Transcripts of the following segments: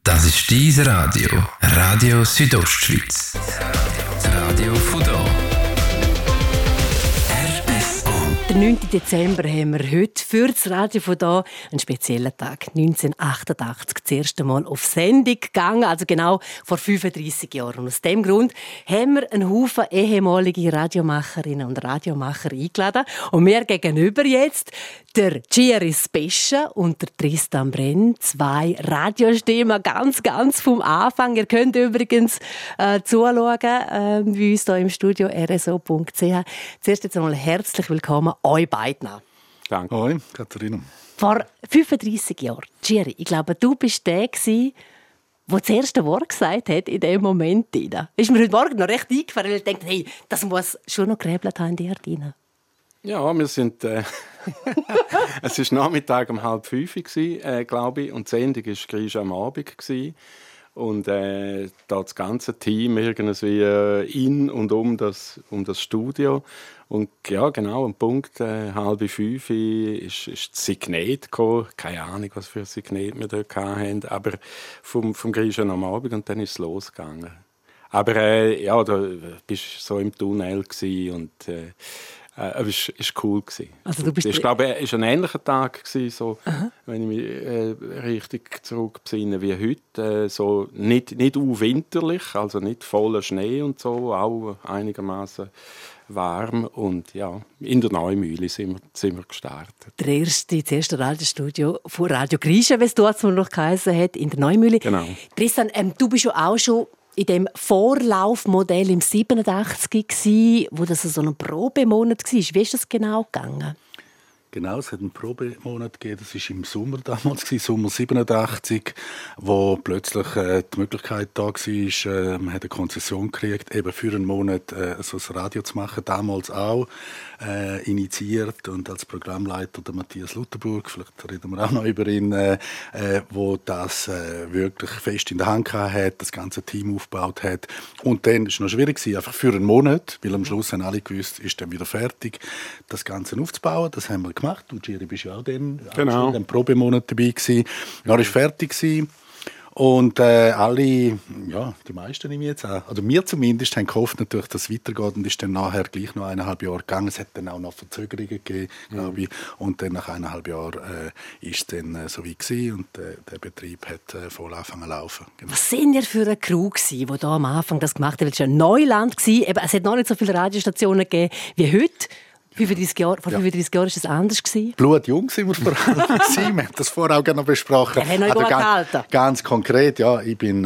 Das ist dein Radio. Radio Südostschweiz. Das Radio von hier. Den 9. Dezember haben wir heute für das Radio von hier einen speziellen Tag. 1988 das erste Mal auf Sendung gegangen, also genau vor 35 Jahren. Und aus diesem Grund haben wir einen Haufen ehemalige Radiomacherinnen und Radiomacher eingeladen. Und mir gegenüber jetzt der Thierry Spescha und der Tristan Brenn, zwei Radiostimmen ganz vom Anfang. Ihr könnt übrigens zuschauen bei uns hier im Studio rso.ch. Zuerst jetzt einmal herzlich willkommen euch beiden. Danke. Hoi, Katharina. Vor 35 Jahren, Thierry, ich glaube, du bist der gewesen, der das erste Wort gesagt hat in diesem Moment. Ist mir heute Morgen noch recht eingefallen, weil ich dachte, hey, das muss schon noch gerebelt haben in dir drin. Ja, wir sind... es war Nachmittag um 4:30 Uhr, glaube ich, und die Sendung war gleich am Abend. Und da das ganze Team irgendwie in und um das Studio. Und ja, genau, am Punkt 4:30 Uhr ist das Signet gekommen. Keine Ahnung, was für ein Signet wir dort hatten, aber vom Griechen am Abend, und dann ist es losgegangen. Aber ja, da bist du so im Tunnel und aber es war cool. Also ich glaube, es war ein ähnlicher Tag, so, wenn ich mich richtig zurückbesinne wie heute. So nicht winterlich, also nicht voller Schnee und so, auch einigermaßen warm. Und ja, in der Neumühle sind wir gestartet. Das erste Radiostudio von Radio Griechen, wie es dort noch geheißen hat, in der Neumühle. Genau. Tristan, du bist ja auch schon in dem Vorlaufmodell im 87 gsi, wo das so ein Probemonat war. Wie ist das genau gegangen? Genau, es hat einen Probemonat gegeben. Das war im Sommer damals, Sommer 87, wo plötzlich die Möglichkeit da war, man hat eine Konzession gekriegt, eben für einen Monat so ein Radio zu machen. Damals auch initiiert und als Programmleiter der Matthias Lutherburg, vielleicht reden wir auch noch über ihn, wo das wirklich fest in der Hand hat, das ganze Team aufgebaut hat. Und dann war es noch schwierig, einfach für einen Monat, weil am Schluss haben alle gewusst, ist dann wieder fertig, das Ganze aufzubauen. Das haben wir gemacht. Du, Thierry, bist ja auch dann in dem Probemonat dabei gewesen. Ja, er war fertig gewesen. Und alle, ja, die meisten nehme ich jetzt auch, oder wir zumindest, haben gehofft natürlich, dass es weitergeht und ist dann nachher gleich noch 1,5 Jahre gegangen. Es hat dann auch noch Verzögerungen gegeben, glaube ich. Und dann nach 1,5 Jahren ist es dann so weit gewesen und der Betrieb hat voll angefangen zu laufen. Genau. Was sind ihr für eine Crew gewesen, die da am Anfang das gemacht hat? Es war ein Neuland gewesen. Eben, es hat noch nicht so viele Radiostationen gegeben wie heute. Vor 35 Jahren war es anders. Blutjung sind wir vor allem. Wir haben das vorher auch noch besprochen. Er hat noch gut gehalten. Ganz konkret, ja. Ich bin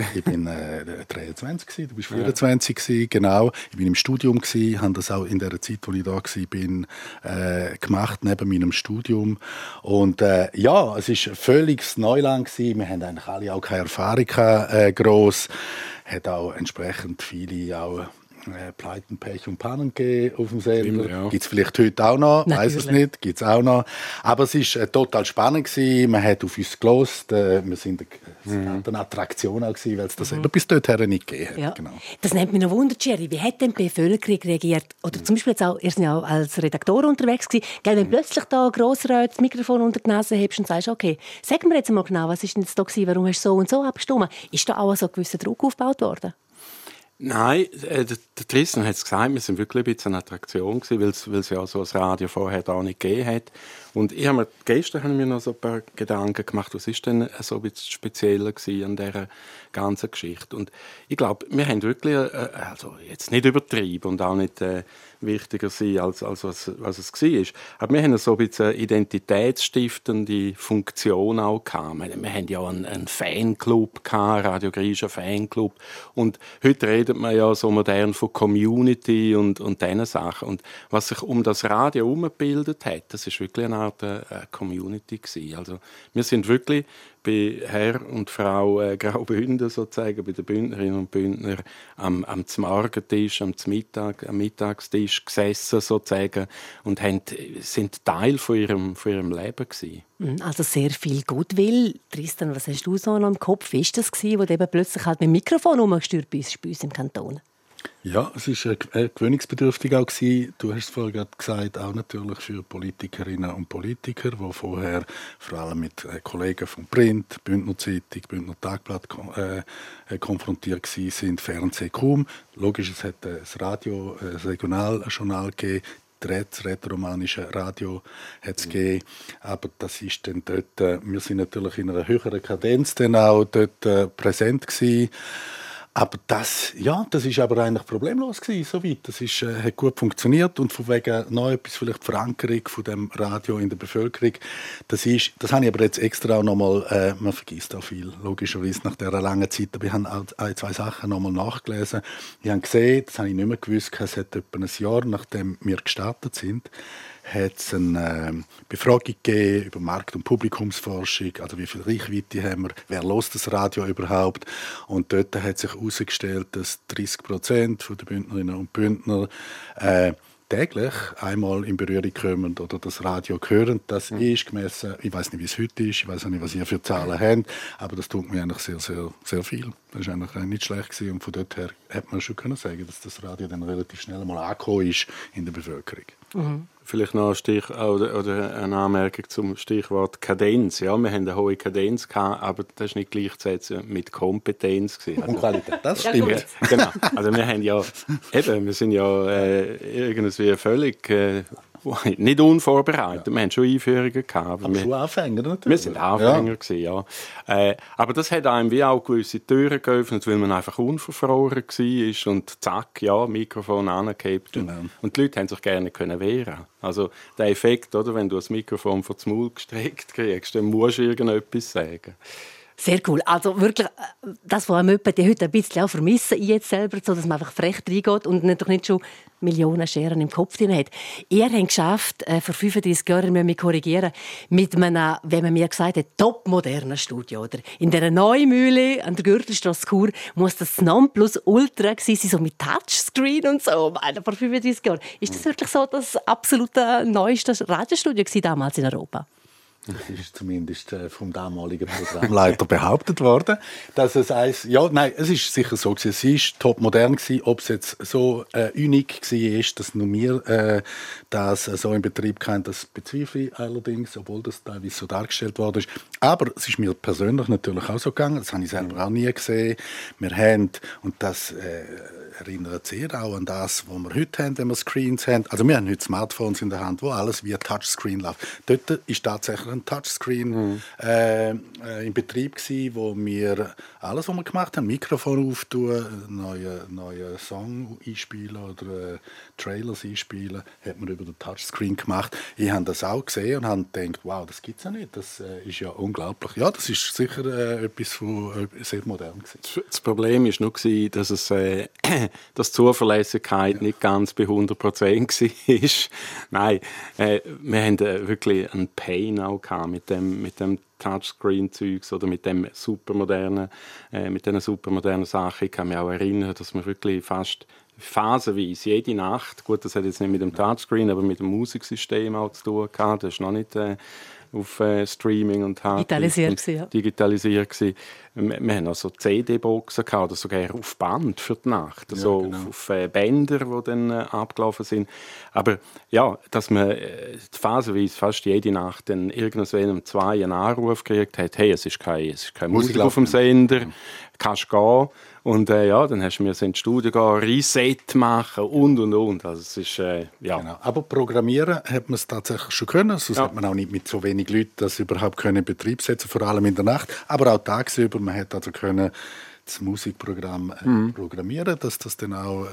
23 gewesen, du bist 24 gewesen, genau. Ich bin im Studium gewesen, habe das auch in der Zeit, wo ich da war, gemacht, neben meinem Studium. Und ja, es war völlig Neuland gewesen. Wir haben eigentlich alle auch keine Erfahrung gross. Hat auch entsprechend viele auch Pleiten, Pech und Pannen gegeben auf dem Sender. Ja. Gibt es vielleicht heute auch noch, weiß es nicht, gibt es auch noch. Aber es war total spannend gewesen. Man hat auf uns gehört. Wir sind eine Attraktion auch gewesen, weil es das eben bis dorthin nicht gegeben hat. Ja. Genau. Das nimmt mich noch Wunder, Thierry. Wie hat denn die Bevölkerung reagiert? Oder zum Beispiel jetzt auch, ihr seid ja auch als Redakteur unterwegs gewesen. Wenn plötzlich da Grossrat das Mikrofon unter die Nase hebst und sagst, okay, sag mir jetzt mal genau, was ist denn jetzt da gewesen? Warum hast du so und so abgestimmt? Ist da auch so ein gewisser Druck aufgebaut worden? Nein, der Tristan hat es gesagt, wir sind wirklich ein bisschen eine Attraktion gewesen, weil es ja so ein Radio vorher da nicht gegeben hat. Und gestern haben wir noch so ein paar Gedanken gemacht, was ist denn so ein bisschen spezieller gewesen an dieser ganzen Geschichte. Und ich glaube, wir haben wirklich, also jetzt nicht übertrieben und auch nicht wichtiger sein, als was es war. Aber wir haben so ein bisschen eine identitätsstiftende Funktion auch gehabt. Wir haben ja einen Fanclub gehabt, Radio Griechen Fanclub. Und heute redet man ja so modern von Community und diesen Sachen. Und was sich um das Radio herumgebildet hat, das ist wirklich eine Art Community gewesen. Also wir sind wirklich bei Herr und Frau Graubünden sozusagen, bei den Bündnerinnen und Bündner am Morgentisch, am Mittagstisch gesessen sozusagen und sind Teil von ihrem Leben gewesen. Also sehr viel Goodwill. Tristan, was hast du so noch im Kopf? Wie war das, wo du eben plötzlich halt mit dem Mikrofon rumgestürzt bist bei uns im Kanton? Ja, es war gewöhnungsbedürftig auch gewesen. Du hast es vorhin gerade gesagt, auch natürlich für Politikerinnen und Politiker, die vorher vor allem mit Kollegen vom Print, Bündner Zeitung, Bündner Tagblatt konfrontiert waren, Fernsehen kaum. Logisch, es hat das Radio, das Regionaljournal gegeben, das rätoromanische Radio hat es gegeben, aber das ist dann dort, wir sind natürlich in einer höheren Kadenz dann auch dort präsent gewesen. Aber das ist aber eigentlich problemlos gewesen, soweit. Das hat gut funktioniert und von wegen noch etwas, vielleicht die Verankerung von dem Radio in der Bevölkerung. Das habe ich aber jetzt extra auch nochmal, man vergisst auch viel, logischerweise nach dieser langen Zeit, aber ich habe auch 2 Sachen nochmal nachgelesen. Ich habe gesehen, das habe ich nicht mehr gewusst, es hat etwa ein Jahr, nachdem wir gestartet sind, hat es eine Befragung gegeben über Markt- und Publikumsforschung, also wie viel Reichweite haben wir, wer hört das Radio überhaupt? Und dort hat sich herausgestellt, dass 30% der Bündnerinnen und Bündner täglich einmal in Berührung kommen oder das Radio hören. Das ist gemessen, ich weiß nicht, wie es heute ist, ich weiß nicht, was ihr für Zahlen habt, aber das tut mir eigentlich sehr, sehr, sehr viel. Das war eigentlich nicht schlecht gewesen. Und von dort her hat man schon können sagen, dass das Radio dann relativ schnell mal angekommen ist in der Bevölkerung. Mhm. Vielleicht noch oder eine Anmerkung zum Stichwort Kadenz. Ja, wir haben eine hohe Kadenz gehabt, aber das ist nicht gleichzeitig mit Kompetenz gewesen. Und Qualität, das stimmt. Ja, genau. Also wir sind ja irgendwie völlig nicht unvorbereitet. Ja. Wir haben schon Einführungen gehabt. Aber schon Anfänger natürlich. Wir sind Anfänger gewesen, ja. Aber das hat einem wie auch gewisse Türen geöffnet, weil man einfach unverfroren war und zack, ja, Mikrofon angehabt. Genau. Und die Leute haben sich gerne wehren. Also der Effekt, oder, wenn du das Mikrofon vor das Maul gestreckt kriegst, dann musst du irgendetwas sagen. Sehr cool. Also wirklich, das, was wir heute ein bisschen auch vermissen, ich jetzt selber, so, dass man einfach frech reingeht und nicht schon Millionen Scheren im Kopf drin hat. Ihr habt geschafft, vor 35 Jahren, müssen wir mich korrigieren, mit einem, wenn man mir gesagt hat, topmodernen Studio. Oder in dieser Neumühle an der Gürtelstrasse Chur muss das Nonplusultra gewesen sein, so mit Touchscreen und so, vor 35 Jahren. Ist das wirklich so das absolute neueste Radiostudio gewesen damals in Europa? Das ist zumindest vom damaligen Programmleiter behauptet worden, dass es es ist sicher so gewesen. Es ist topmodern gewesen. Ob es jetzt so unik war, dass nur wir das so in Betrieb hatten, das bezweifle ich allerdings, obwohl das teilweise so dargestellt worden ist. Aber es ist mir persönlich natürlich auch so gegangen. Das habe ich selber auch nie gesehen. Wir haben, und das erinnert sehr auch an das, was wir heute haben, wenn wir Screens haben. Also wir haben heute Smartphones in der Hand, wo alles via Touchscreen läuft. Dort ist tatsächlich ein Touchscreen in Betrieb gewesen, wo wir alles, was wir gemacht haben, Mikrofon auftun, neue Song einspielen oder Trailers einspielen, hat man über den Touchscreen gemacht. Ich habe das auch gesehen und habe gedacht, wow, das gibt es ja nicht. Das ist ja unglaublich. Ja, das ist sicher etwas von sehr modern gewesen. Das Problem war nur, dass dass die Zuverlässigkeit nicht ganz bei 100% war. Nein, wir haben wirklich einen Pain auch gehabt mit dem Touchscreen-Zeugs oder mit diesen supermodernen Sachen. Ich kann mich auch erinnern, dass wir wirklich fast phasenweise, jede Nacht, gut, das hat jetzt nicht mit dem Touchscreen, aber mit dem Musiksystem auch zu tun gehabt. Das ist noch nicht auf Streaming und digitalisiert gewesen. Wir haben also CD-Boxen gehabt, oder sogar auf Band für die Nacht, also ja, genau. auf Bänder, die dann abgelaufen sind. Aber ja, dass man phasenweise fast jede Nacht dann irgendwann um 2 einen Anruf gekriegt hat, hey, es ist keine Musik auf dem Sender, kannst gehen. Und dann hast du mir ins Studio gehen, Reset machen und. Also es ist, Genau. Aber programmieren hat man es tatsächlich schon können. Sonst hat man auch nicht mit so wenig Leuten das überhaupt in Betrieb setzen, vor allem in der Nacht. Aber auch tagsüber. Man hat also können das Musikprogramm programmieren, dass das dann auch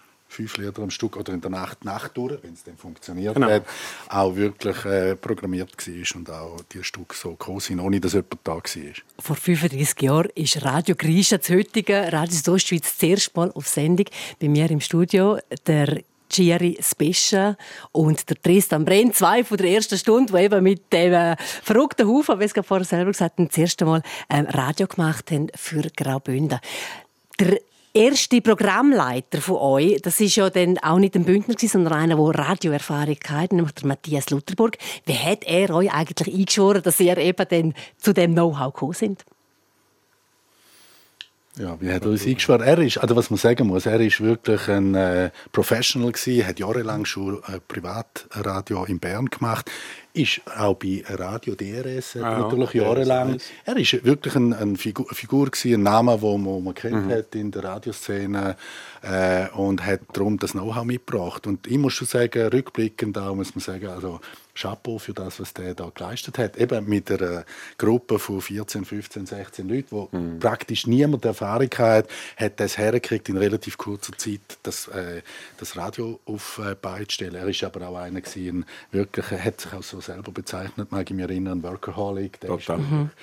5 Lieder am Stück oder in der Nacht durch, wenn es dann funktioniert hat, auch wirklich programmiert war und auch die Stücke so gekommen sind, ohne dass jemand da war. Vor 35 Jahren ist Radio Grisha, das heutige Radio Südostschweiz, das erste Mal auf Sendung bei mir im Studio. Der Gieri Spescha und der Tristan Brenn, 2 von der ersten Stunde, die eben mit dem verrückten Haufen, wie es gerade vorher selber gesagt haben, das erste Mal Radio gemacht haben für Graubünden. Der erste Programmleiter von euch, das ist ja dann auch nicht ein Bündner, sondern einer, der Radioerfahrung hatte, nämlich der Matthias Lutherburg. Wie hat er euch eigentlich eingeschworen, dass ihr eben dann zu dem Know-how gekommen sind? Ja, wie hat er uns eingeschworen? Er ist, also was man sagen muss, er ist wirklich ein Professional gewesen, hat jahrelang schon ein Privatradio in Bern gemacht, ist auch bei Radio DRS natürlich jahrelang. Er ist wirklich eine Figur gewesen, ein Name, den man kennt hat in der Radioszene und hat darum das Know-how mitgebracht. Und ich muss schon sagen, rückblickend auch, muss man sagen, also Chapeau für das, was der da geleistet hat. Eben mit einer Gruppe von 14, 15, 16 Leuten, wo praktisch niemand Erfahrung hat das hergekriegt, in relativ kurzer Zeit das Radio auf die Beine zu stellen. Er war aber auch einer gewesen, wirklich, er hat sich auch so selber bezeichnet, mag ich mich erinnern, Workaholic. Der ist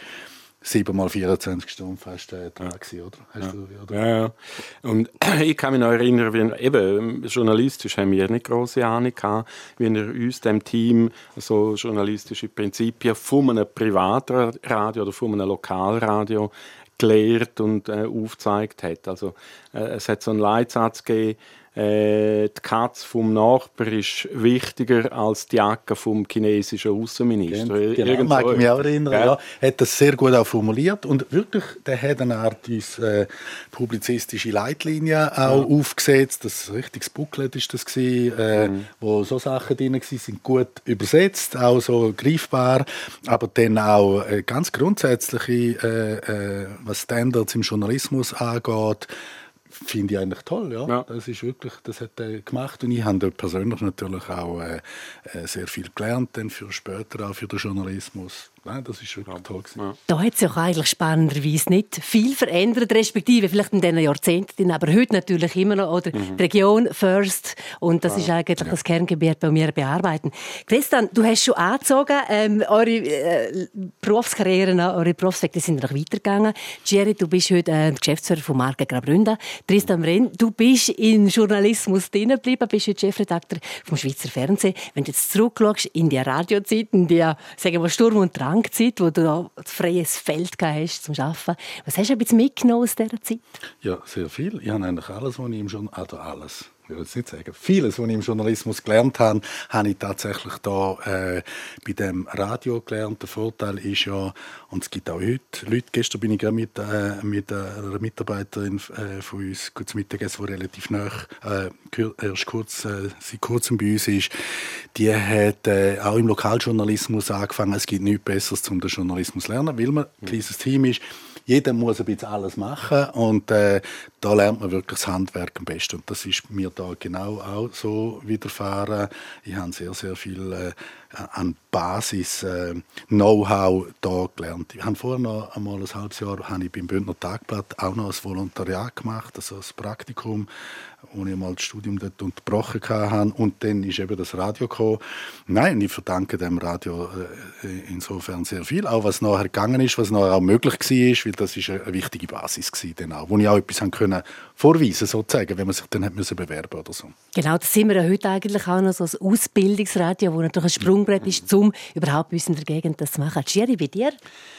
7x24 Stunden fast dran gewesen, oder? Hast du, oder? Ja. Und ich kann mich noch erinnern, wie eben, journalistisch haben wir nicht grosse Ahnung gehabt, wie er uns, dem Team, so journalistische Prinzipien von einem Privatradio oder von einem Lokalradio gelehrt und aufgezeigt hat. Also es hat so einen Leitsatz gegeben, die Katze vom Nachbar ist wichtiger als die Jacke vom chinesischen Außenminister. Genau, mag ich mich auch erinnern. Ja. Hat das sehr gut auch formuliert und wirklich, der hat eine Art publizistische Leitlinie auch aufgesetzt. Das richtiges Booklet ist das gewesen, wo so Sachen drin waren, sind gut übersetzt, auch so greifbar, aber dann auch ganz grundsätzliche, was Standards im Journalismus angeht. Finde ich eigentlich toll, ja. Das ist wirklich, das hat er gemacht und ich habe dort persönlich natürlich auch sehr viel gelernt, dann für später auch für den Journalismus. Nein, das ist wirklich toll gewesen. Ja. Da hat sich auch eigentlich spannenderweise nicht viel verändert, respektive vielleicht in diesen Jahrzehnten, aber heute natürlich immer noch, oder die Region first, und das ist eigentlich das Kerngebiet bei mir bearbeiten. Tristan, du hast schon angezogen, eure Berufskarrieren, eure Berufswege sind noch weitergegangen. Thierry, du bist heute Geschäftsführer von Marke Graubünden. Tristan Brenn, du bist im Journalismus drin geblieben, bist heute Chefredakteur vom Schweizer Fernsehen. Wenn du jetzt zurückschaust in die Radiozeit, in die, sagen wir, Sturm- und Drangzeit, wo du da ein freies Feld hast zum Arbeiten, was hast du ein bisschen mitgenommen aus dieser Zeit? Ja, sehr viel. Ich habe eigentlich alles, was ich im Journalismus, also alles, ich will jetzt nicht sagen, vieles, was ich im Journalismus gelernt habe, habe ich tatsächlich da bei dem Radio gelernt. Der Vorteil ist ja, und es gibt auch heute Leute, gestern bin ich gerade mit einer Mitarbeiterin von uns kurz Mittagessen, die relativ nah, erst seit kurzem bei uns ist, die hat auch im Lokaljournalismus angefangen. Es gibt nichts Besseres, um den Journalismus zu lernen, weil man ein kleines Team ist. Jeder muss ein bisschen alles machen und da lernt man wirklich das Handwerk am besten. Und das ist mir da genau auch so widerfahren. Ich habe sehr, sehr viel an Basis Know-how da gelernt. Ich habe vorher noch einmal ein halbes Jahr beim Bündner Tagblatt auch noch ein Volontariat gemacht, also ein Praktikum, wo ich mal das Studium dort unterbrochen hatte. Und dann ist eben das Radio gekommen. Nein, ich verdanke dem Radio insofern sehr viel. Auch was nachher gegangen ist, was nachher auch möglich war, weil das ist eine wichtige Basis war, wo ich auch etwas können vorweisen sozusagen, wenn man sich dann bewerben musste oder so. Genau, das sind wir ja heute eigentlich auch noch so ein Ausbildungsradio, wo natürlich ein Sprungbrett ist, um überhaupt in der Gegend das zu machen. Thierry, bei dir?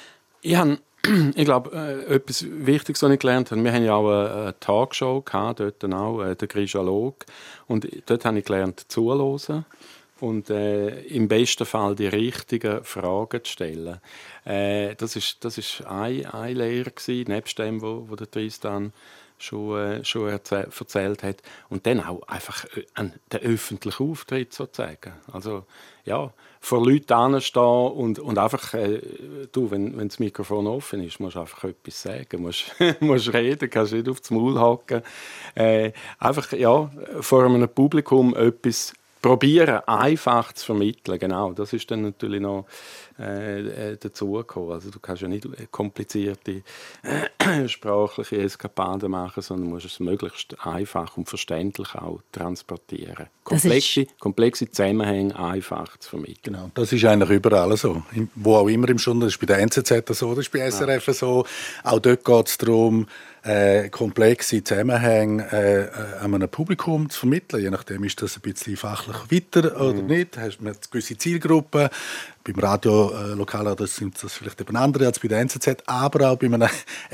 Ich glaube, etwas Wichtiges, was ich gelernt habe, wir haben ja auch eine Talkshow gehabt, dort auch, der Grischalog. Und dort habe ich gelernt, zuzuhören und im besten Fall die richtigen Fragen zu stellen. Das ist eine Lehre gewesen, nebst dem, wo der Tristan schon erzählt hat. Und dann auch einfach den öffentlichen Auftritt sozusagen. Also, ja, vor Leuten anstehen und einfach, wenn das Mikrofon offen ist, musst du einfach etwas sagen, musst reden, kannst nicht aufs Maul hacken. Einfach, ja, vor einem Publikum etwas probieren, einfach zu vermitteln, genau. Das ist dann natürlich noch dazugekommen. Also du kannst ja nicht komplizierte sprachliche Eskapaden machen, sondern musst es möglichst einfach und verständlich auch transportieren. Komplexe Zusammenhänge einfach zu vermitteln. Genau, das ist eigentlich überall so. Wo auch immer im Journalismus, das ist bei der NZZ so, das ist bei SRF so. Auch dort geht es darum, komplexe Zusammenhänge an einem Publikum zu vermitteln. Je nachdem ist das ein bisschen fachlich weiter oder nicht. Hast man eine gewisse Zielgruppe. Beim Radio, Lokalradio sind das vielleicht eben andere als bei der NZZ. Aber auch bei einem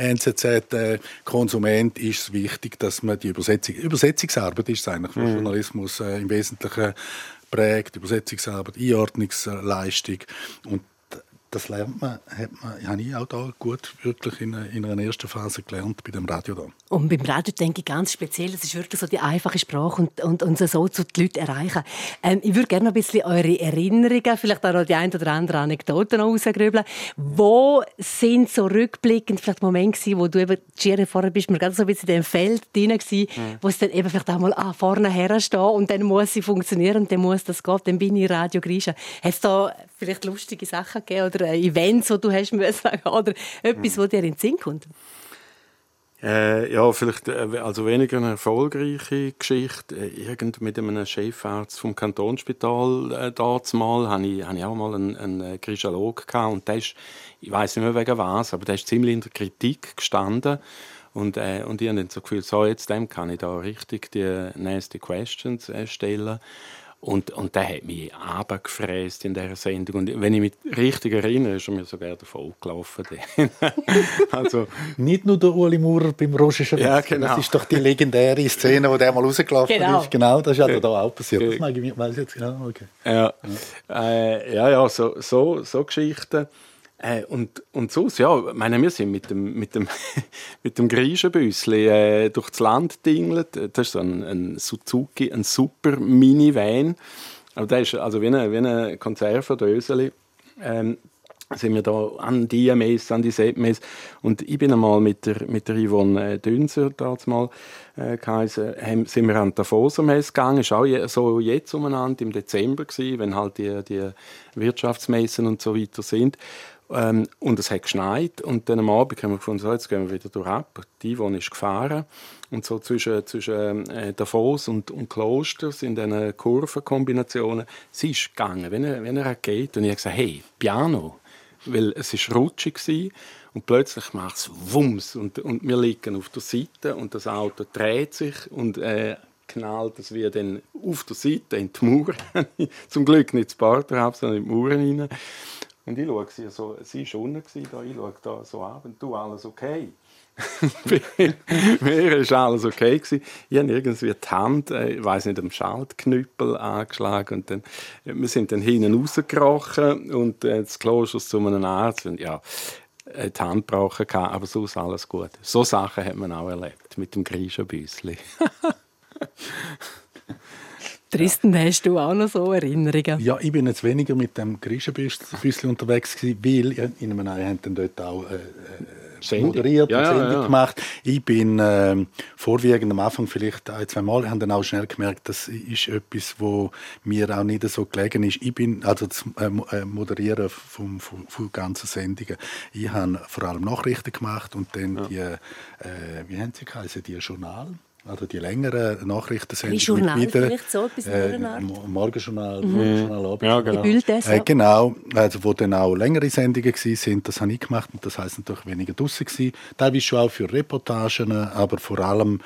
NZZ-Konsument ist es wichtig, dass man die Übersetzungsarbeit ist es eigentlich, wo Journalismus im Wesentlichen prägt, Übersetzungsarbeit, Einordnungsleistung. Und Das lernt man, habe ich auch da gut wirklich in einer ersten Phase gelernt bei dem Radio da. Und beim Radio denke ich ganz speziell, es ist wirklich so die einfache Sprache und so zu die Leute erreichen. Ich würde gerne noch ein bisschen eure Erinnerungen, vielleicht auch noch die ein oder andere Anekdote noch rausgrübeln. Wo sind so rückblickend vielleicht Momente gewesen, wo du eben, Gere, vorher bist mir gerade so ein bisschen in dem Feld drin gewesen, wo es dann eben vielleicht auch mal vorne herstehen und dann muss sie funktionieren und dann muss das gehen, dann bin ich Radio Grisha. Hat es da vielleicht lustige Sachen gegeben oder Events, die du hast müssen, oder etwas, wo dir in den Sinn kommt? Ja, vielleicht also weniger eine erfolgreiche Geschichte. Irgend mit einem Chefarzt vom Kantonsspital damals hatte ich auch mal einen Grischalog gehabt und der ist, ich weiss nicht mehr wegen was, aber der ist ziemlich in der Kritik gestanden und ich habe dann so gefühlt, so jetzt dem kann ich da richtig die nasty questions stellen. Und der hat mich runtergefräst in dieser Sendung. Und wenn ich mich richtig erinnere, ist er mir sogar davon gelaufen. Also, nicht nur der Uli Maurer beim Roger Schmidt. Ja, genau. Das ist doch die legendäre Szene, wo der mal rausgelaufen ist. Genau, das ist ja da auch passiert. Das mag ich weiß jetzt genau. Okay. Ja, so Geschichten. Und sonst, ja, meine, wir sind mit dem Grischenbüssli durch das Land gedingelt. Das ist so ein Suzuki, ein super Minivan. Aber das ist also wie eine Konservendöseli. Sind wir da an die Messe, an die Seppmesse. Und ich bin einmal mit der Yvonne Dünser damals mal sind wir an die Davoser Messe gegangen. Es war auch so jetzt umeinander im Dezember gewesen, wenn halt die Wirtschaftsmessen und so weiter sind. Und es hat geschneit und dann am Abend haben wir gefunden, so, jetzt gehen wir wieder durch ab. Die Yvonne ist gefahren und so zwischen Davos und Kloster in diesen Kurvenkombinationen, sie ist gegangen, wie eine Rakete. Und ich habe gesagt, hey, Piano, weil es war rutschig gewesen. Und plötzlich macht es Wumms und wir liegen auf der Seite und das Auto dreht sich und knallt es wie dann auf der Seite in die Mauer. Zum Glück nicht ins Parterhaus, sondern in die Mauer rein. Und ich schaue sie so, sie war unten, ich schaue da so ab und du, alles okay? Mir war alles okay. Ich habe irgendwie die Hand, ich weiss nicht, am Schaltknüppel angeschlagen. Und dann, wir sind dann hinten rausgekrochen und das Kloster zu einem Arzt. Und ja, die Hand gebrochen, aber sonst alles gut. So Sachen hat man auch erlebt, mit dem Grischenbüssli. Tristan, hast du auch noch so Erinnerungen? Ja, ich bin jetzt weniger mit dem Grischenbüssli unterwegs gewesen, weil in einem haben dann dort auch moderiert und Sendung gemacht. Ich bin vorwiegend am Anfang vielleicht ein, zwei Mal, habe dann auch schnell gemerkt, das ist etwas, wo mir auch nicht so gelegen ist. Ich bin also das Moderieren von ganzen Sendungen. Ich habe vor allem Nachrichten gemacht und dann die, wie haben sie geheißen, die Journal. Also die längeren Nachrichtensendungen. Journal vielleicht so etwas Morgenjournal, Morgenjournal, Abendjournal. Ja, genau. Bildes, ja. Genau, also wo dann auch längere Sendungen waren, das habe ich gemacht und das heisst natürlich weniger draussen gewesen. Teilweise schon auch für Reportagen, aber vor allem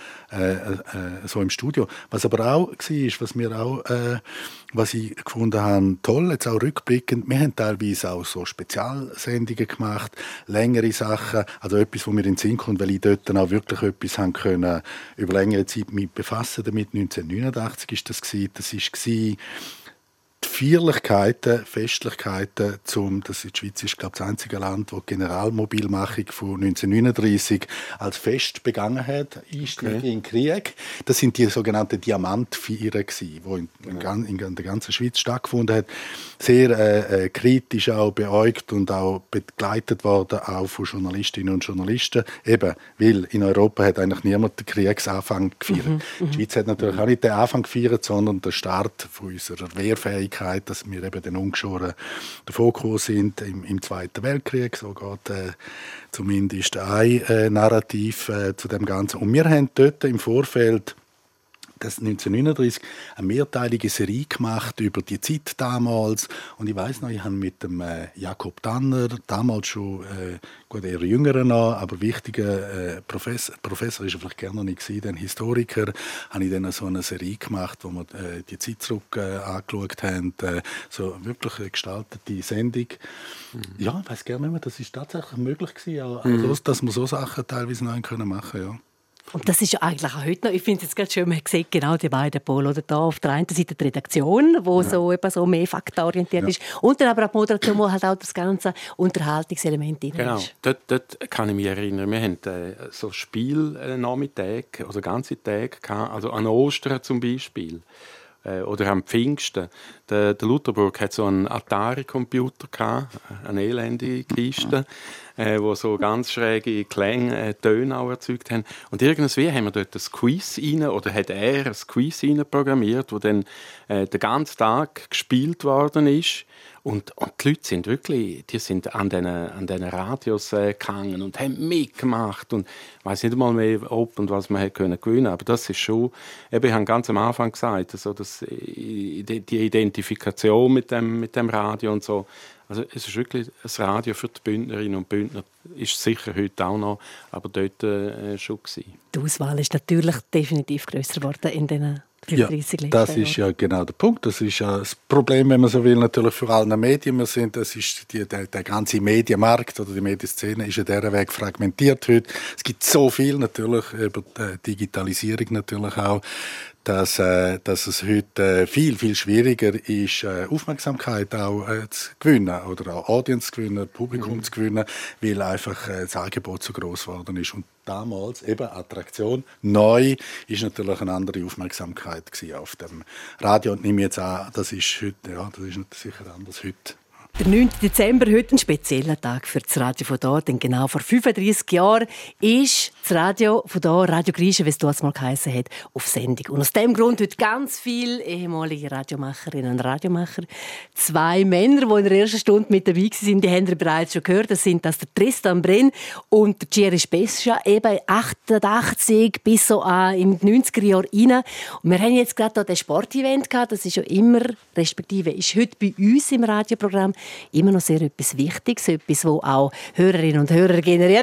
so im Studio. Was aber auch war, was ich gefunden habe, toll, jetzt auch rückblickend, wir haben teilweise auch so Spezialsendungen gemacht, längere Sachen, also etwas, wo mir in den Sinn kommt, weil ich dort dann auch wirklich etwas haben können, über längere Zeit mich befassen damit. 1989 war das gewesen. Das war die Feierlichkeiten, Festlichkeiten, die Schweiz ist, glaube ich, das einzige Land, das die Generalmobilmachung von 1939 als Fest begangen hat, Einstieg in den Krieg. Das sind die sogenannten Diamantfeiern, die in der ganzen Schweiz stattgefunden haben. Sehr kritisch auch beäugt und auch begleitet worden, auch von Journalistinnen und Journalisten. Eben, weil in Europa hat eigentlich niemand den Kriegsanfang gefeiert. Die Schweiz hat natürlich auch nicht den Anfang gefeiert, sondern den Start von unserer Wehrfähigkeit, dass wir eben dann ungeschoren davon gekommen sind im Zweiten Weltkrieg. So geht zumindest ein Narrativ zu dem Ganzen. Und wir haben dort im Vorfeld das 1939 eine mehrteilige Serie gemacht über die Zeit damals. Und ich weiss noch, ich habe mit dem Jakob Tanner, damals schon gut eher jüngerer noch, aber wichtiger Professor ist er vielleicht gerne noch nicht gewesen, ein Historiker, habe ich dann so eine Serie gemacht, wo wir die Zeit zurück angeschaut haben. So wirklich eine gestaltete Sendung. Ja, ich weiss gerne nicht mehr, das ist tatsächlich möglich gewesen, dass wir so Sachen teilweise noch machen können. Ja. Und das ist ja eigentlich auch heute noch, ich finde es jetzt gerade schön, man sieht genau die beiden Pole, oder da auf der einen Seite die Redaktion, wo so mehr faktenorientiert ist, und dann aber auch die Moderation, wo halt auch das ganze Unterhaltungselement drin ist. Genau, dort kann ich mich erinnern, wir hatten so Spielnachmittage oder ganze Tage gehabt, also an Ostern zum Beispiel. Oder am Pfingsten. Der Lutherburg hat so einen Atari-Computer gehabt, eine elendige Kiste, wo so ganz schräge Klänge, Töne auch erzeugt haben. Und irgendwie haben wir dort ein Quiz rein, oder hat er ein Quiz rein programmiert, wo dann den ganzen Tag gespielt worden ist. Und die Leute sind wirklich, die sind an diesen Radios gehangen und haben mitgemacht. Und ich weiss nicht einmal mehr, ob und was man gewinnen konnte. Aber das ist schon, ich habe ganz am Anfang gesagt, also die Identifikation mit dem Radio und so. Also es ist wirklich ein Radio für die Bündnerinnen und Bündner. Ist sicher heute auch noch, aber dort schon gewesen. Die Auswahl ist natürlich definitiv grösser geworden in den 35 ja, das ist ja genau der Punkt. Das ist ja das Problem, wenn man so will, natürlich für alle Medien. Das ist der ganze Medienmarkt oder die Medienszene ist ja dieser Weg fragmentiert heute. Es gibt so viel natürlich über die Digitalisierung natürlich auch, dass es heute viel, viel schwieriger ist, Aufmerksamkeit auch zu gewinnen oder auch Audience zu gewinnen, Publikum zu gewinnen, weil einfach das Angebot so groß geworden ist. Und damals eben Attraktion neu ist natürlich eine andere Aufmerksamkeit gewesen auf dem Radio. Und nehme jetzt an, das ist heute, ja, das ist sicher anders heute. Der 9. Dezember, heute ein spezieller Tag für das Radio von da, denn genau vor 35 Jahren ist das Radio von da, Radio Griechen, wie es damals mal geheissen hat, auf Sendung. Und aus diesem Grund heute ganz viele ehemalige Radiomacherinnen und Radiomacher. 2 Männer, die in der ersten Stunde mit dabei waren, die haben wir bereits schon gehört. Das sind der Tristan Brenn und der Thierry Spescha, eben 88 bis so in die 90er Jahre rein. Und wir haben jetzt gerade hier den Sportevent gehabt, das ist ja immer, respektive ist heute bei uns im Radioprogramm immer noch sehr etwas Wichtiges, etwas, das auch Hörerinnen und Hörer generiert.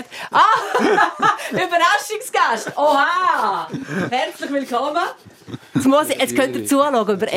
Überraschungsgast! Oha! Herzlich willkommen! Jetzt könnt ihr zuschauen über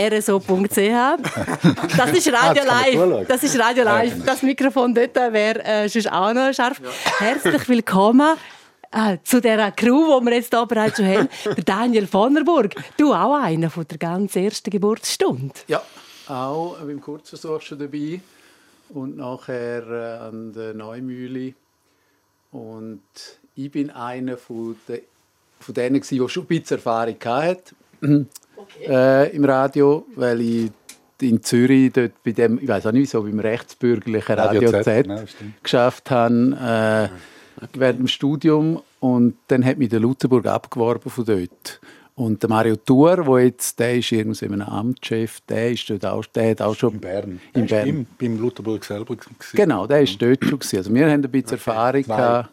rso.ch. Das ist Radio Live. Das ist Radio Live. Das Mikrofon dort wäre sonst auch noch scharf. Herzlich willkommen zu dieser Crew, die wir jetzt hier bereits schon haben. Der Daniel von der Burg. Du auch einer von der ganz ersten Geburtsstunde. Ja, auch beim Kurzversuch schon dabei. Und nachher an der Neumühle. Und ich bin einer von denen, die schon ein bisschen Erfahrung hatten im Radio, weil ich in Zürich dort bei dem, ich weiß auch nicht, so beim rechtsbürgerlichen Radio Z geschafft habe während dem Studium. Und dann hat mich der Lutherburg abgeworben von dort. Und der Mario Thur, der ist irgendwie in einem Amtschef, der hat auch schon in Bern. Beim Lutherburg selber gewesen. Genau, der war dort schon gewesen. Also wir haben ein bisschen Erfahrung gehabt.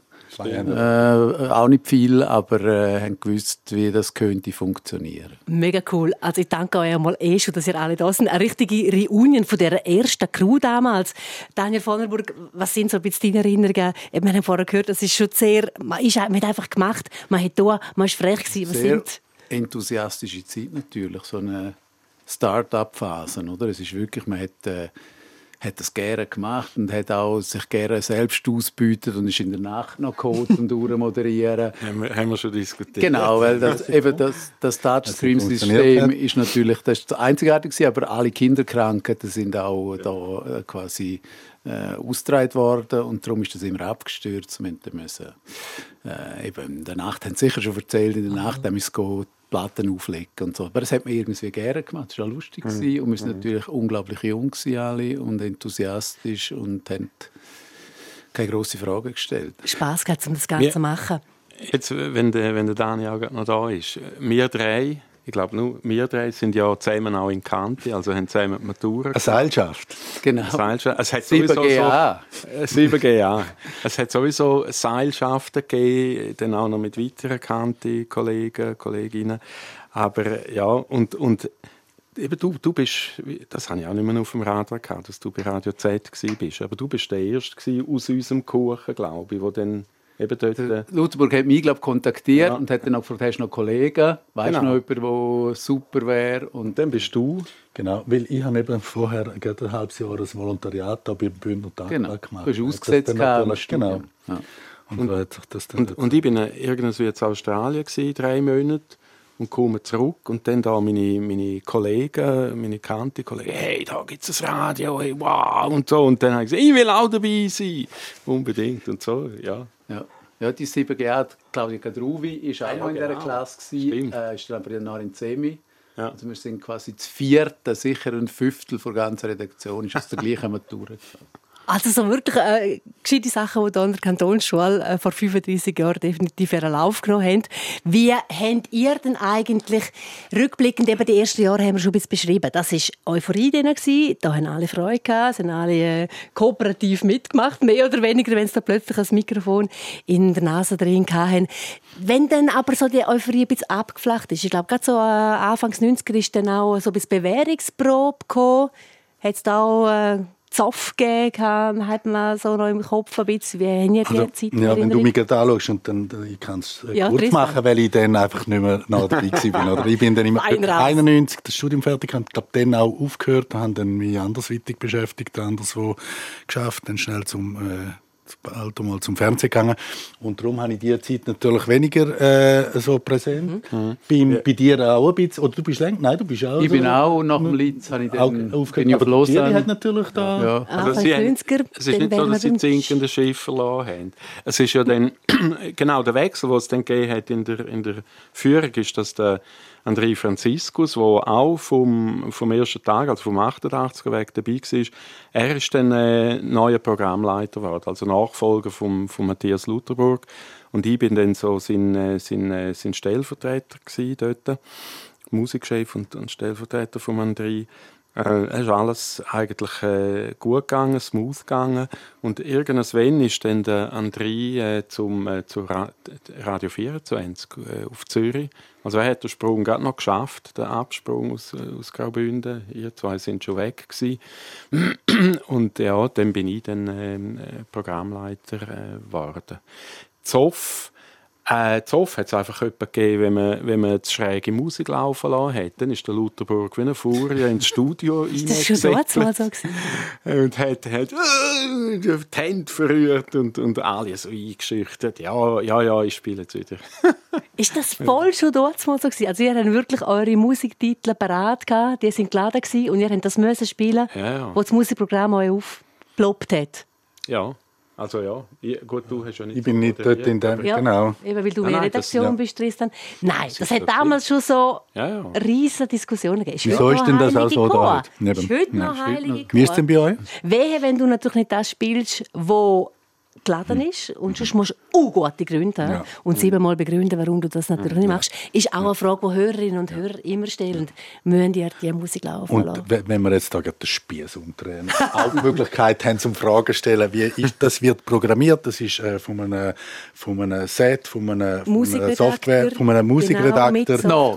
Auch nicht viel, aber haben gewusst, wie das könnte funktionieren. Mega cool. Also ich danke euch einmal schon, dass ihr alle da sind. Eine richtige Reunion von dieser ersten Crew damals. Daniel von der Burg, was sind so ein bisschen deine Erinnerungen? Wir haben vorher gehört, das ist schon sehr, man hat einfach gemacht, man hat da, man war frech gewesen. Sehr enthusiastische Zeit natürlich, so eine Start-up-Phase, oder? Es ist wirklich, man hat das gerne gemacht und hat auch sich gerne selbst ausgebeutet und ist in der Nacht noch geholt und durchmoderieren. haben wir schon diskutiert. Genau, weil das Touchstream-System ist natürlich das einzigartig, aber alle Kinderkrankheiten sind auch da quasi ausgetragen worden und darum ist das immer abgestürzt. Wir müssen in der Nacht, haben sie sicher schon erzählt, in der Nacht haben wir Platten auflegen und so. Aber das hat man irgendwie gerne gemacht. Das war auch lustig. Und wir waren natürlich unglaublich jung alle und enthusiastisch und haben keine grossen Fragen gestellt. Spass gehabt, um das Ganze zu machen. Jetzt, wenn der Dani auch noch da ist. Wir drei, ich glaube nur wir drei sind ja zusammen auch in Kante, also haben zusammen die Matura. Eine Seilschaft. Genau. Es hat 7GA. 7GA. Es hat sowieso Seilschaften gegeben, dann auch noch mit weiteren Kante-Kollegen, Kolleginnen. Aber ja, und eben du bist, das habe ich auch nicht mehr auf dem Radar gehabt, dass du bei Radio Z warst, aber du bist der Erste aus unserem Kuchen, glaube ich, wo dann eben dort, Lutherburg hat mich, glaube ich, kontaktiert und hat dann auch gefragt, hast du noch Kollegen? Weißt du noch jemanden, der super wäre? Und dann bist du. Genau, weil ich habe eben vorher gerade ein halbes Jahr ein Volontariat beim Bündner Tag gemacht. Du hast ausgesetzt gehabt. Genau. Ja. Und so hat sich das dann und ich bin irgendwo in Australien 3 Monate und komme zurück und dann da meine Kollegen, meine bekannten Kollegen, hey, da gibt es ein Radio, hey, wow, und so. Und dann habe ich gesagt, ich will auch dabei sein, unbedingt und so, ja. Ja, die 7G, Claudia Kadruvi war auch mal in dieser Klasse. Stimmt. Ist dann aber noch in Zemi. Ja. Also wir sind quasi das 4., sicher ein 5. der ganzen Redaktion, ist aus der gleichen Matura. Also so wirklich gescheite Sachen, die hier in der Kantonsschule vor 35 Jahren definitiv ihren Lauf genommen haben. Wie habt ihr denn eigentlich, rückblickend, eben die ersten Jahre haben wir schon ein bisschen beschrieben, das war Euphorie drin, da haben alle Freude gehabt, sind alle kooperativ mitgemacht, mehr oder weniger, wenn sie da plötzlich ein Mikrofon in der Nase drin hatten. Wenn dann aber so die Euphorie ein bisschen abgeflacht ist, ich glaube, gerade so Anfangs 90er ist dann auch so ein bisschen Bewährungsprobe gekommen, hat es da auch Zoff gegeben, hat man so noch im Kopf ein bisschen, wie haben die Zeit ja, wenn du mich gerade anschaust, und dann ich kann es kurz machen, weil ich dann einfach nicht mehr nah dabei war. Oder ich bin dann im 91 das Studium fertig, habe glaube dann auch aufgehört, habe dann mich andersweitig beschäftigt, anderswo geschafft, dann schnell zum Fernsehen gegangen. Und darum habe ich diese Zeit natürlich weniger so präsent. Bei dir auch ein bisschen. Oder du bist länger? Nein, du bist auch. Ich bin auch nach dem Litz, habe ich dann aufgehört. Aber Lausanne hat natürlich da... Ja. Also es ist nicht so, dass sie das sinkende Schiff verloren haben. Es ist ja dann, genau der Wechsel, den es dann gegeben hat in der Führung, ist, dass der André Franziskus, der auch vom ersten Tag, also vom 88er Weg dabei war, er ist dann neuer Programmleiter geworden, also Nachfolger von Matthias Lutherburg. Und ich bin dann so sein Stellvertreter dort, Musikchef und Stellvertreter von André. Es ist alles eigentlich gut gegangen, smooth gegangen. Und irgendwann ist dann der André zu Radio 24 auf Zürich. Also er hat den Sprung gerade noch geschafft, den Absprung aus Graubünden. Ihr zwei sind schon weg gewesen. Und ja, dann bin ich dann Programmleiter geworden. Zoff hat es einfach jemanden gegeben, wenn man die schräge Musik laufen lassen hat. Dann ist der Lutherburg wie eine Furie ins Studio reingesetzt. Ist das schon dort mal so gewesen? Und hat die Hände verrührt und alle so eingeschüchtert. Ja, ich spiele jetzt wieder. Ist das voll schon dort mal so gewesen? Also ihr habt wirklich eure Musiktitel parat gehabt, die sind geladen gewesen und ihr habt das müssen spielen, wo das Musikprogramm euch aufgeploppt hat? Ja. Also ja, gut, du hast ja nicht... Ich bin nicht dort in dem, genau. Eben, weil du in der Redaktion bist, Tristan. Nein, das hat damals schon so riesige Diskussionen gegeben. Wieso ist denn das auch so da? Ist heute noch heilige Chor. Wie ist es denn bei euch? Wehe, wenn du natürlich nicht das spielst, wo geladen ist und sonst musst du gute Gründe haben und 7-mal begründen, warum du das natürlich nicht machst, ist auch eine Frage, die Hörerinnen und Hörer immer stellen. Müssen die Musik laufen lassen? Und wenn wir jetzt da gerade den Spieß umdrehen, auch die Möglichkeit haben, zum Fragen zu stellen, wie ist, das wird programmiert, das ist von einem Set, von einer Software, von einem Musikredakteur,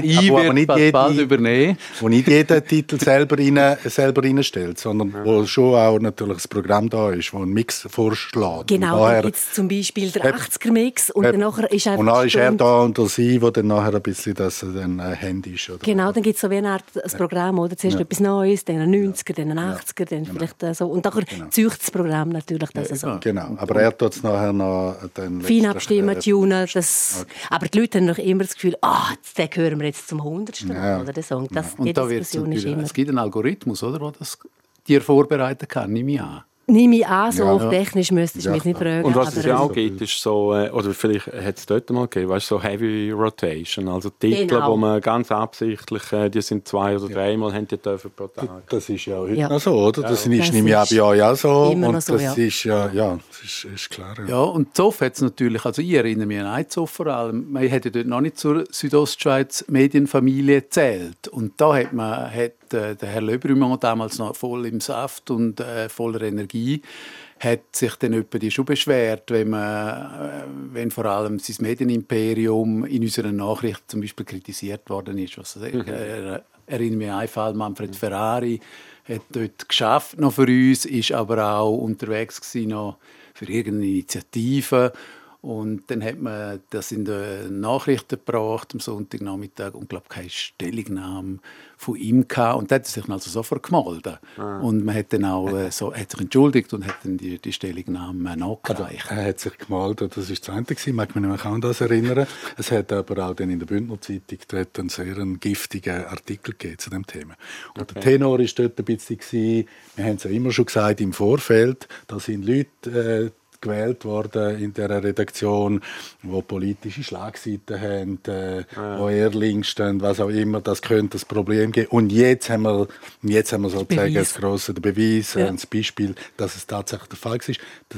wo nicht jeder Titel selber reinstellt, sondern wo schon auch natürlich das Programm da ist, wo ein Mix vorschlägt. Genau, da gibt es zum Beispiel den 80er-Mix und dann nachher ist einfach... Und dann ist er da und sie, wo dann nachher ein bisschen das dann Handy ist. Oder genau, dann gibt es so wie eine Art ein Programm, oder? Zuerst etwas Neues, dann ein 90er, dann ein 80er, dann vielleicht so. Und nachher zeugt das Programm natürlich das so. Genau, aber er tut es nachher noch... Fein abstimmen, tunen, das... Aber die Leute haben noch immer das Gefühl, den hören wir jetzt zum 100. Mal, oder? Der Song. Und da es gibt einen Algorithmus, oder, der das dir vorbereiten kann, nehme ich an. Nehme ich an, so technisch müsstest du mich nicht fragen. Und was es ja auch gibt, ist so, oder vielleicht hat es dort mal gegeben, weißt, so Heavy Rotation, also Titel, wo man ganz absichtlich, die sind 2 oder 3 Mal haben die dürfen pro Tag. Das ist ja heute noch so, oder? Das ist nämlich auch bei euch auch so. Und das ist das ist klar. Ja, und Zoff hat es natürlich, also ich erinnere mich an einen Zoff vor allem, man hätte dort noch nicht zur Südostschweiz Medienfamilie gezählt. Und da hat der Herr Löbrümont damals noch voll im Saft und voller Energie, hat sich dann jemand schon beschwert, wenn vor allem sein Medienimperium in unseren Nachrichten zum Beispiel kritisiert worden ist. Erinnere mich an einen Fall, Manfred Ferrari hat dort geschafft noch für uns, ist aber auch unterwegs gewesen noch für irgendeine Initiative. Und dann hat man das in den Nachrichten gebracht am Sonntagnachmittag und glaube keine Stellungnahme von ihm gehabt. Und dann hat er sich also sofort gemeldet. Und man hat dann auch hat sich entschuldigt und hat dann die Stellungnahme nachgereicht. Er hat sich gemeldet, das war das eine gewesen, mag mich nämlich auch an das erinnern. Es hat aber auch dann in der Bündner Zeitung dort einen sehr giftigen Artikel gegeben zu dem Thema. Und der Tenor war dort ein bisschen, wir haben es ja immer schon gesagt im Vorfeld, da sind Leute gewählt worden in dieser Redaktion, die politische Schlagseiten haben, die eher links stehen, was auch immer, das könnte das Problem geben. Und jetzt haben wir sozusagen das grosse Beweis, das Beispiel, dass es tatsächlich der Fall war.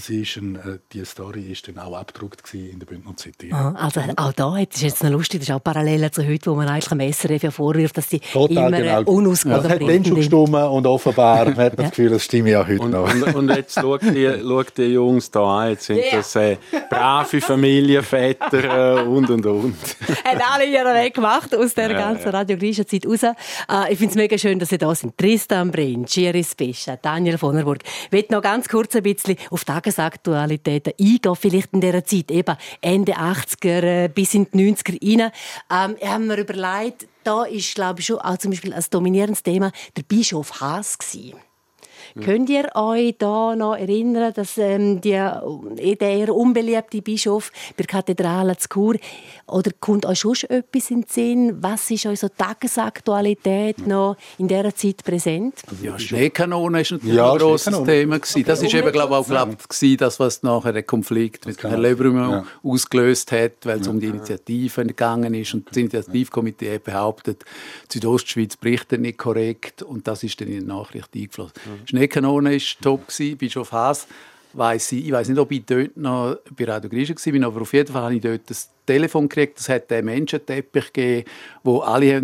Die Story ist dann auch abgedruckt in der Bündner Zeitung. Also auch da, das ist jetzt noch lustig, das ist auch parallel zu heute, wo man eigentlich am SRF ja vorwirft, dass die total immer unausgewogen berichten. Das hat dann schon gestimmt und offenbar hat man das Gefühl, das stimmt ja heute noch. Und jetzt schaut die Jungs da. Jetzt sind das brave Familienväter und. Haben alle ihren Weg gemacht aus der ganzen Radio Grisha Zeit raus. Ich finde es mega schön, dass Sie da sind. Tristan Brin, Giri Spescha, Daniel von der Burg. Ich möchte noch ganz kurz ein bisschen auf Tagesaktualitäten eingehen, vielleicht in dieser Zeit, eben Ende 80er bis in die 90er rein. Ich habe mir überlegt, da ist, glaube ich, schon auch zum Beispiel als dominierendes Thema der Bischof Haas gewesen. Könnt ihr euch da noch erinnern, dass der eher unbeliebte Bischof bei der Kathedrale zu Chur, oder kommt euch schon etwas in den Sinn? Was ist euch so Tagesaktualität noch in dieser Zeit präsent? Ja, Schneekanone war natürlich ein grosses Thema. Das ist eben, glaube ich, auch das, was nachher der Konflikt mit Herrn Lebrun ausgelöst hat, weil es um die Initiative gegangen ist. Und das Initiativkomitee behauptet, die Südostschweiz berichtet nicht korrekt. Und das ist dann in die Nachricht eingeflossen. Schneekanone war top, Bischof Haas. Ich weiss nicht, ob ich dort noch bei Radio Grisha war, aber auf jeden Fall habe ich dort das Telefon gekriegt. Es hat einen Menschenteppich gegeben, wo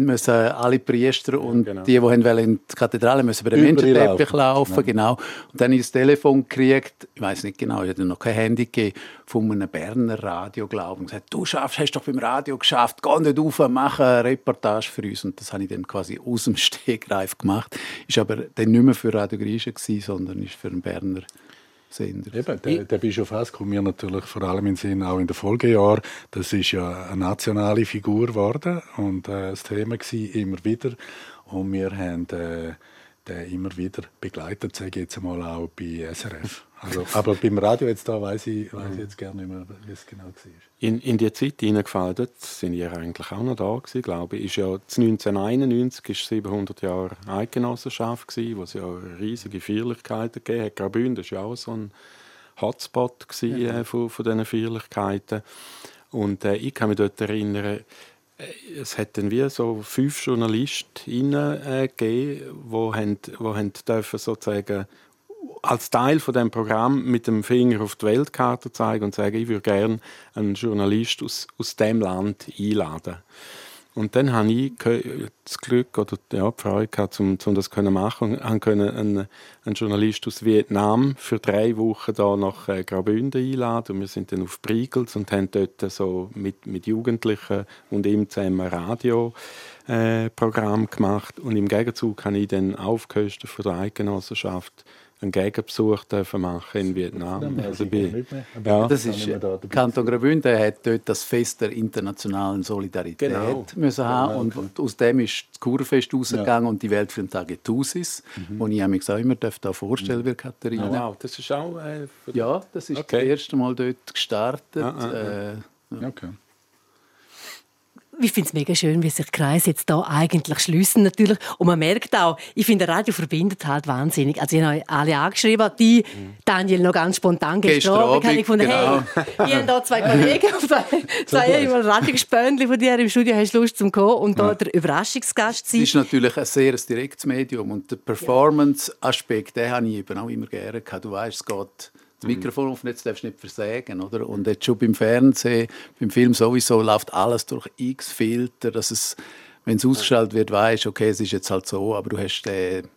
alle Priester und die wollten in die Kathedrale müssen über den Menschenteppich laufen. Genau. Und dann habe ich das Telefon gekriegt, ich weiss nicht genau, ich hatte noch kein Handy gegeben, von einem Berner Radio, glaube ich, und gesagt, du hast doch beim Radio geschafft, geh nicht rauf, mach eine Reportage für uns. Und das habe ich dann quasi aus dem Stegreif gemacht. Ist aber dann nicht mehr für Radio Grisha gewesen, sondern ist für einen Berner Sender. Eben, der Bischof Haas kommt mir natürlich vor allem in den Sinn, auch in den Folgejahren. Das ist ja eine nationale Figur geworden und das Thema war immer wieder. Und wir haben den immer wieder begleitet, sage ich jetzt einmal auch bei SRF. Also, aber beim Radio jetzt da weiss ich jetzt gerne nicht mehr, wie es genau war. In die Zeit hineingefallen, dort sind ihr eigentlich auch noch da gewesen, glaube ich. Ist ja 1991 ist 700 Jahre Eidgenossenschaft gewesen, wo es ja riesige Feierlichkeiten gegeben hat. Graubünden war ja auch so ein Hotspot von diesen Feierlichkeiten. Und ich kann mich dort erinnern, es hat dann wie so 5 JournalistInnen gegeben, die dürfen sozusagen als Teil von dem Programm mit dem Finger auf die Weltkarte zeigen und sagen, ich würde gerne einen Journalist aus diesem Land einladen. Und dann hatte ich das Glück oder die Freude gehabt, um das zu machen. Ich konnte einen Journalist aus Vietnam für 3 Wochen da nach Graubünden einladen. Und wir sind dann auf Brigels und haben dort so mit Jugendlichen und ihm zusammen ein Radioprogramm gemacht. Und im Gegenzug habe ich dann auf Kosten von der Eidgenossenschaft einen Gegenbesuch machen in Vietnam. Das ist Kanton Graubünden hat dort das Fest der internationalen Solidarität müssen haben und aus dem ist das Kurfest rausgegangen und die Weltfremdtage Thusis, wo ich mich auch immer da vorstellen will, Katharina. Wow, das ist auch das ist das erste Mal dort gestartet. Okay. Ich finde es mega schön, wie sich die Kreise jetzt hier eigentlich schliessen natürlich. Und man merkt auch, ich finde, Radio verbindet halt wahnsinnig. Also ich habe euch alle angeschrieben, die Daniel noch ganz spontan gestern Abend habe ich gefunden, hey, wir haben hier 2 Kollegen, zwei Radiogespönchen von dir im Studio, hast du Lust zum kommen und da der Überraschungsgast sein? Es ist natürlich ein sehr direktes Medium und der Performance-Aspekt, den habe ich eben auch immer gerne gehabt. Du weißt, es geht das Mikrofon auf, jetzt darfst du nicht versägen, oder? Und jetzt schon beim Fernsehen, beim Film sowieso, läuft alles durch x Filter, dass es, wenn es ausgeschaltet wird, weisst, okay, es ist jetzt halt so, aber du hast den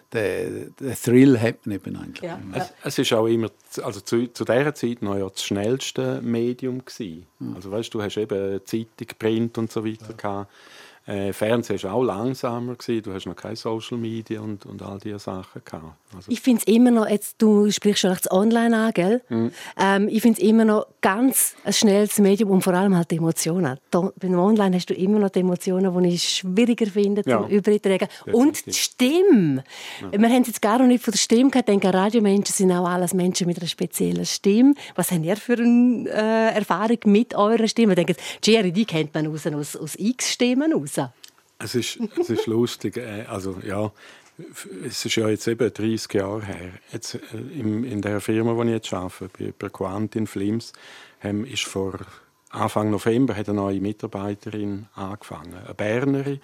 Thrill hat man eben eigentlich. Ja. Es ist auch immer, also zu dieser Zeit noch ja das schnellste Medium gewesen. Also weißt, du hast eben Zeitung, Print und so weiter gehabt. Fernsehen war auch langsamer gewesen. Du hast noch keine Social Media und all diese Sachen gehabt. Also ich finde es immer noch, jetzt, du sprichst schon das Online an, gell? Ich finde es immer noch ganz ein schnelles Medium und vor allem halt die Emotionen. Beim Online hast du immer noch die Emotionen, die ich schwieriger finde zum Übertragen. Und die Stimme. Ja. Wir haben es jetzt gar noch nicht von der Stimme gehabt. Ich denke, Radiomenschen sind auch alles Menschen mit einer speziellen Stimme. Was habt ihr für eine Erfahrung mit eurer Stimme? Ich denke, Jerry, die kennt man aus X-Stimmen raus. Es ist lustig. Also, ja, es ist ja jetzt eben 30 Jahre her. Jetzt, in der Firma, wo ich jetzt arbeite, bei Quant in Flims, ist vor Anfang November hat eine neue Mitarbeiterin angefangen, eine Bernerin.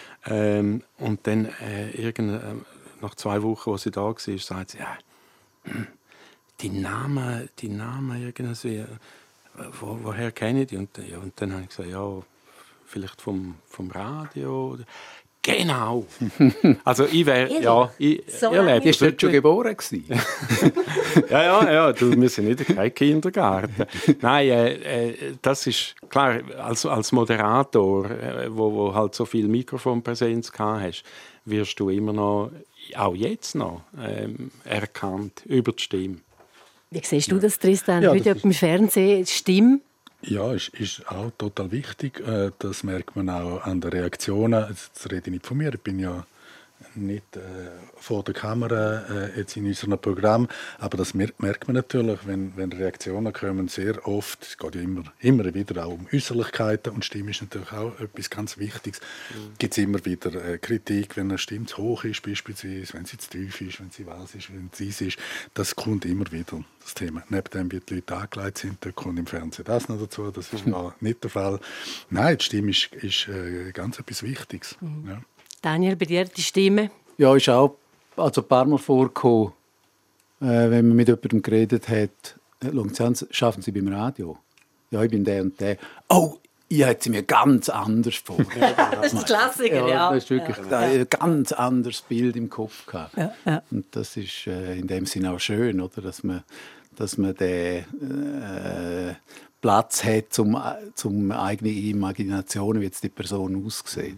Und dann nach 2 Wochen, als sie da war, sagt sie, ja, die Namen irgendwie, woher kenne ich die? Und dann habe ich gesagt, ja, vielleicht vom Radio. Genau. Also ich wäre, ja, ich erlebe. Bist du schon geboren gewesen? ja, wir sind nicht kein Kindergarten. Nein, das ist klar, als Moderator, wo halt so viel Mikrofonpräsenz gehabt hast, wirst du immer noch, auch jetzt noch, erkannt über die Stimme. Wie siehst du das, Tristan? Heute im Fernsehen Stimme? Ja, ist auch total wichtig. Das merkt man auch an den Reaktionen. Jetzt rede ich nicht von mir, ich bin ja nicht vor der Kamera jetzt in unserem Programm, aber das merkt man natürlich, wenn Reaktionen kommen, sehr oft. Es geht ja immer wieder auch um Äußerlichkeiten und Stimme ist natürlich auch etwas ganz Wichtiges. Gibt es immer wieder Kritik, wenn eine Stimme zu hoch ist, beispielsweise, wenn sie zu tief ist, wenn sie was ist, wenn sie ist. Das kommt immer wieder, das Thema. Neben dem, wie die Leute angelegt sind, da kommt im Fernsehen das noch dazu, das ist noch nicht der Fall. Nein, die Stimme ist ganz etwas Wichtiges. Ja. Daniel, bei dir die Stimme? Ja, ist auch ein paar Mal vorgekommen, wenn man mit jemandem geredet hat, schaffen Sie beim Radio? Ja, ich bin der und der. Oh, ich hätte sie mir ganz anders vor. Das ist der Klassiker, ja. Das ist wirklich ein ganz anderes Bild im Kopf gehabt. Ja. Und das ist in dem Sinne auch schön, oder? Dass man den Platz hat, zum eigene Imagination, wie jetzt die Person aussieht.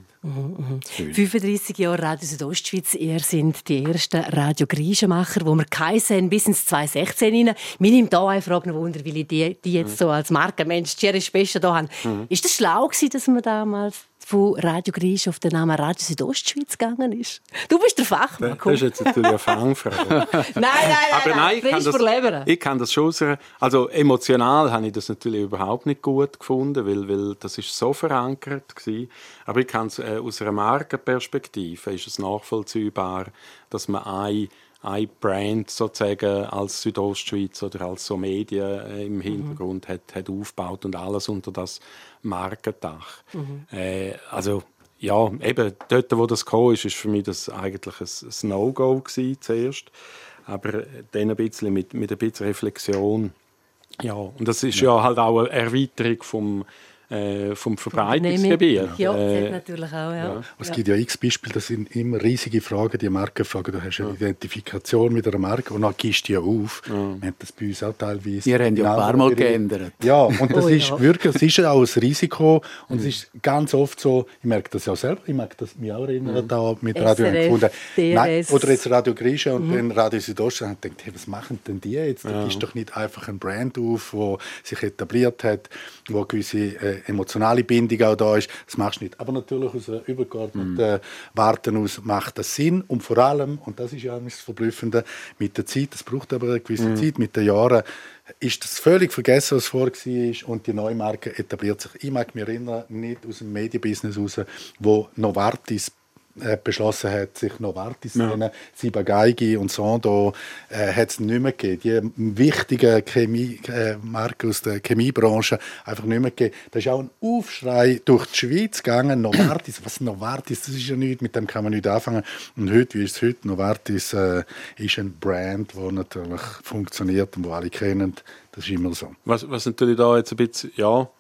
35 Jahre Radio Südostschweiz. Ihr seid die ersten Radio-Griechenmacher, wo wir geheissen bis ins 2016 rein. Mir nimmt da eine Frage Wunder, weil ich die jetzt so als Markenmensch Jerry Spescher da haben. Ist das schlau gewesen, dass man damals von Radio Griechen auf den Namen Radio Südostschweiz gegangen ist? Du bist der Fachmann. Das ist jetzt natürlich eine Fangfrage. Nein, ich kann das schon sagen. Also emotional habe ich das natürlich überhaupt nicht gut gefunden, weil das ist so verankert gewesen. Aber ich kann es aus einer Markenperspektive ist es nachvollziehbar, dass man ein Brand sozusagen als Südostschweiz oder als so Medien im Hintergrund hat aufgebaut und alles unter das Markendach. Also ja, eben dort, wo das kam, ist für mich das eigentlich ein No-Go gewesen, zuerst. Aber dann ein bisschen mit ein bisschen Reflexion. Ja, und das ist ja halt auch eine Erweiterung vom Verbreitungsgebiet. Ja, das natürlich auch. Ja. Es gibt ja x Beispiele, das sind immer riesige Fragen, die Markenfragen. Du hast eine Identifikation mit einer Marke und dann gibst du die auf. Wir haben das bei uns auch teilweise. Wir haben ja ein paar Mal geändert. Ja, und das ist wirklich, es ist auch ein Risiko und es ist ganz oft so, ich merke das ja selber, ich mag das mich auch erinnern, da mit Radio gefunden. Nein, oder jetzt Radio Griechen und dann Radio Südostschweiz und denkt, hey, was machen denn die jetzt? Da gibst doch nicht einfach ein Brand auf, wo sich etabliert hat, wo gewisse emotionale Bindung auch da ist. Das machst du nicht. Aber natürlich aus einer übergeordneten Warte aus macht das Sinn. Und vor allem, und das ist ja das Verblüffende, mit der Zeit, das braucht aber eine gewisse Zeit, mit den Jahren, ist das völlig vergessen, was vorher war und die neue Marke etabliert sich. Ich mag mich erinnern, nicht aus dem Medienbusiness raus, wo Novartis beschlossen hat, sich Novartis zu nennen, Ciba-Geigy und Sandoz hat es nicht mehr gegeben. Die wichtigen Marken aus der Chemiebranche einfach nicht mehr gegeben. Da ist auch ein Aufschrei durch die Schweiz gegangen. Novartis, was Novartis? Das ist ja nichts, mit dem kann man nicht anfangen. Und heute, wie ist es heute? Novartis ist ein Brand, der natürlich funktioniert und wo alle kennen. Das ist immer so. Was natürlich da jetzt ein bisschen,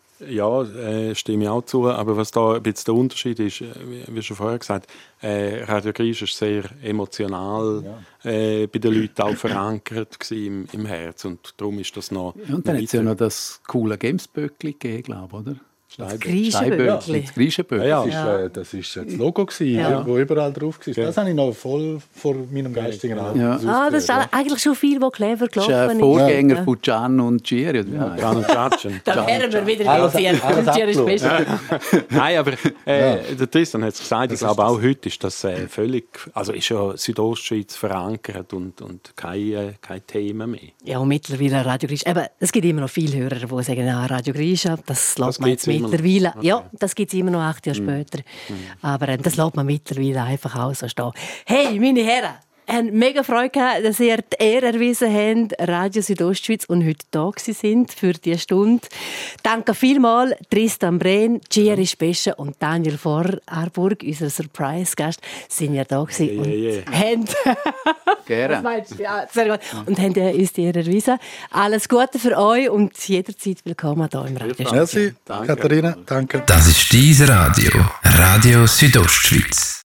stimme ich auch zu. Aber was da ein bisschen der Unterschied ist, wie schon vorher gesagt, Radio Griechen ist sehr emotional bei den Leuten auch verankert im Herz. Und darum ist das noch... Ja, und dann hat es ja noch das coole Gamesböckli gegeben, glaube ich, oder? Griechenböckli. Das Griechenböckli. Ja. Das war das Logo, das überall drauf war. Das habe ich noch voll vor meinem geistigen Auge. Ja. Das ist eigentlich schon viel, was clever Das ist gelaufen ein ist. Vorgänger von Gian und Giri. Can und Judgen. Da wären wir wieder im Giri Special. Nein, aber der Tristan hat es gesagt, ich glaube auch heute ist das völlig, also ist ja Südostschweiz verankert und kein Thema mehr. Ja, und mittlerweile Radio Grisha. Aber es gibt immer noch viele Hörer, die sagen, Radio Grisha, das lässt man jetzt mittlerweile. Okay. Ja, das gibt es immer noch 8 Jahre später. Aber das lässt man mittlerweile einfach auch so stehen. Hey, meine Herren, haben mega Freude gehabt, dass ihr die Ehre erwiesen habt, Radio Südostschweiz und heute da sind für diese Stunde. Danke vielmals Tristan Brehn, Giri Spesche und Daniel Vorarburg, unser Surprise-Gast, sind ja da gewesen und haben Gerne. und haben uns die Ehre erwiesen. Alles Gute für euch und jederzeit willkommen hier im Radio. Merci, Katharina. Danke. Das ist dieses Radio. Radio Südostschweiz.